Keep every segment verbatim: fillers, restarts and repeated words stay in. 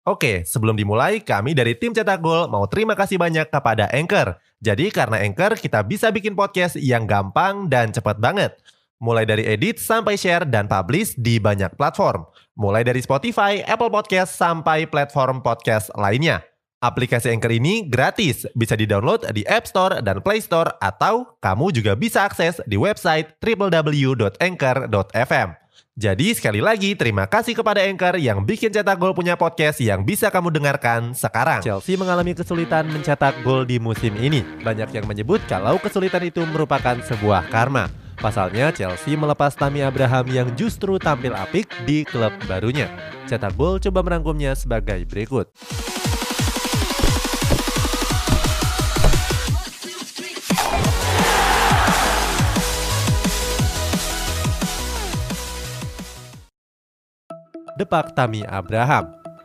Oke, sebelum dimulai, kami dari tim Cetak Gol mau terima kasih banyak kepada Anchor. Jadi karena Anchor, kita bisa bikin podcast yang gampang dan cepat banget. Mulai dari edit sampai share dan publish di banyak platform. Mulai dari Spotify, Apple Podcast, sampai platform podcast lainnya. Aplikasi Anchor ini gratis, bisa di-download di App Store dan Play Store, atau kamu juga bisa akses di website w w w dot anchor dot f m. Jadi sekali lagi terima kasih kepada Anchor yang bikin Cetak Gol punya podcast yang bisa kamu dengarkan sekarang. Chelsea mengalami kesulitan mencetak gol di musim ini. Banyak yang menyebut kalau kesulitan itu merupakan sebuah karma. Pasalnya Chelsea melepas Tammy Abraham yang justru tampil apik di klub barunya. Cetak Gol coba merangkumnya sebagai berikut. Depak Tammy Abraham.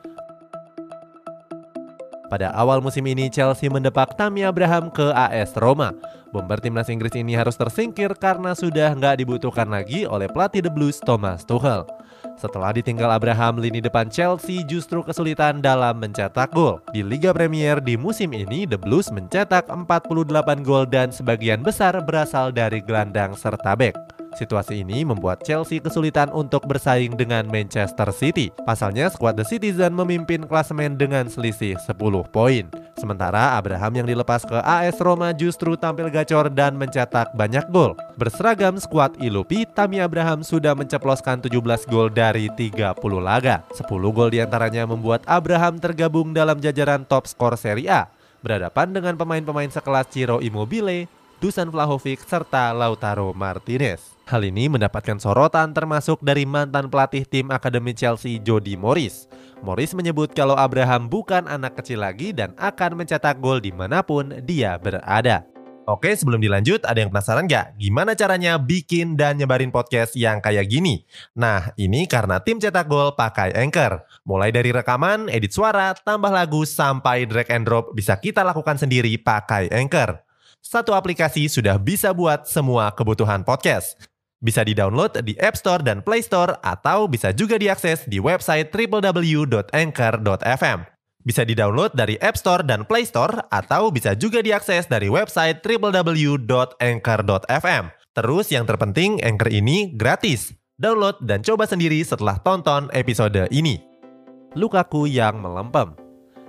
Pada awal musim ini Chelsea mendepak Tammy Abraham ke A S Roma. Bomber timnas Inggris ini harus tersingkir karena sudah nggak dibutuhkan lagi oleh pelatih The Blues Thomas Tuchel. Setelah ditinggal Abraham, lini depan Chelsea justru kesulitan dalam mencetak gol. Di Liga Premier di musim ini, The Blues mencetak empat puluh delapan gol dan sebagian besar berasal dari gelandang serta bek. Situasi ini membuat Chelsea kesulitan untuk bersaing dengan Manchester City. Pasalnya skuad The Citizen memimpin klasemen dengan selisih sepuluh poin. Sementara Abraham yang dilepas ke A S Roma justru tampil gacor dan mencetak banyak gol. Berseragam skuad Ilupi, Tammy Abraham sudah menceploskan tujuh belas gol dari tiga puluh laga. sepuluh gol diantaranya membuat Abraham tergabung dalam jajaran top skor Serie A, berhadapan dengan pemain-pemain sekelas Ciro Immobile, Dusan Vlahovic, serta Lautaro Martinez. Hal ini mendapatkan sorotan termasuk dari mantan pelatih tim akademi Chelsea Jody Morris. Morris menyebut kalau Abraham bukan anak kecil lagi dan akan mencetak gol dimanapun dia berada. Oke, sebelum dilanjut, ada yang penasaran gak? Gimana caranya bikin dan nyebarin podcast yang kayak gini? Nah, ini karena tim Cetak Gol pakai Anchor. Mulai dari rekaman, edit suara, tambah lagu, sampai drag and drop bisa kita lakukan sendiri pakai Anchor. Satu aplikasi sudah bisa buat semua kebutuhan podcast. Bisa di-download di App Store dan Play Store, atau bisa juga diakses di website w w w dot anchor dot f m. Bisa di-download dari App Store dan Play Store, atau bisa juga diakses dari website w w w dot anchor dot f m. Terus yang terpenting, Anchor ini gratis. Download dan coba sendiri setelah tonton episode ini. Lukaku yang melempem.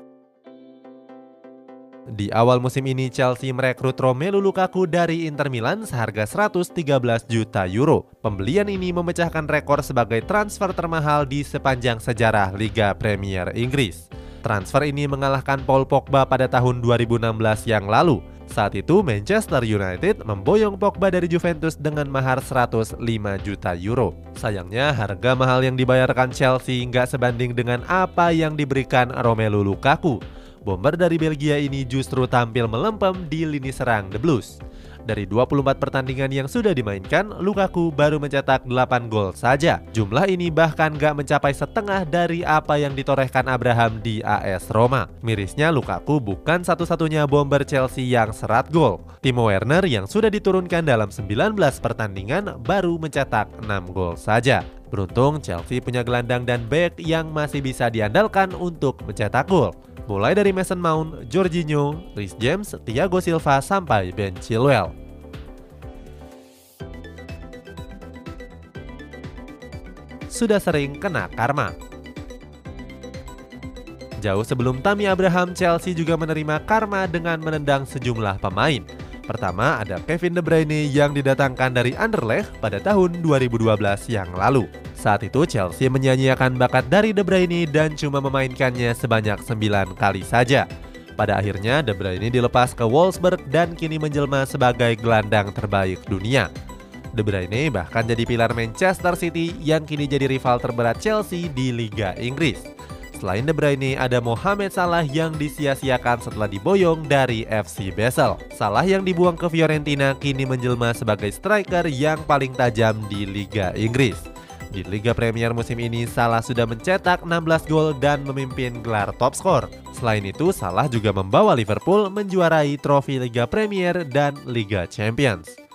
Di awal musim ini Chelsea merekrut Romelu Lukaku dari Inter Milan seharga seratus tiga belas juta euro. Pembelian ini memecahkan rekor sebagai transfer termahal di sepanjang sejarah Liga Premier Inggris. Transfer ini mengalahkan Paul Pogba pada tahun dua ribu enam belas yang lalu. Saat itu Manchester United memboyong Pogba dari Juventus dengan mahar seratus lima juta euro. Sayangnya harga mahal yang dibayarkan Chelsea nggak sebanding dengan apa yang diberikan Romelu Lukaku. Bomber dari Belgia ini justru tampil melempem di lini serang The Blues. Dari dua puluh empat pertandingan yang sudah dimainkan, Lukaku baru mencetak delapan gol saja. Jumlah ini bahkan gak mencapai setengah dari apa yang ditorehkan Abraham di A S Roma. Mirisnya Lukaku bukan satu-satunya bomber Chelsea yang serat gol. Timo Werner yang sudah diturunkan dalam sembilan belas pertandingan baru mencetak enam gol saja. Beruntung Chelsea punya gelandang dan bek yang masih bisa diandalkan untuk mencetak gol. Mulai dari Mason Mount, Jorginho, Reece James, Thiago Silva, sampai Ben Chilwell. Sudah sering kena karma. Jauh sebelum Tammy Abraham, Chelsea juga menerima karma dengan menendang sejumlah pemain. Pertama ada Kevin De Bruyne yang didatangkan dari Anderlecht pada tahun dua ribu dua belas yang lalu. Saat itu Chelsea menyanyiakan bakat dari De Bruyne dan cuma memainkannya sebanyak sembilan kali saja. Pada akhirnya De Bruyne dilepas ke Wolfsburg dan kini menjelma sebagai gelandang terbaik dunia. De Bruyne bahkan jadi pilar Manchester City yang kini jadi rival terberat Chelsea di Liga Inggris. Selain De Bruyne, ada Mohamed Salah yang disia-siakan setelah diboyong dari F C Basel. Salah yang dibuang ke Fiorentina kini menjelma sebagai striker yang paling tajam di Liga Inggris. Di Liga Premier musim ini, Salah sudah mencetak enam belas gol dan memimpin gelar top skor. Selain itu, Salah juga membawa Liverpool menjuarai trofi Liga Premier dan Liga Champions.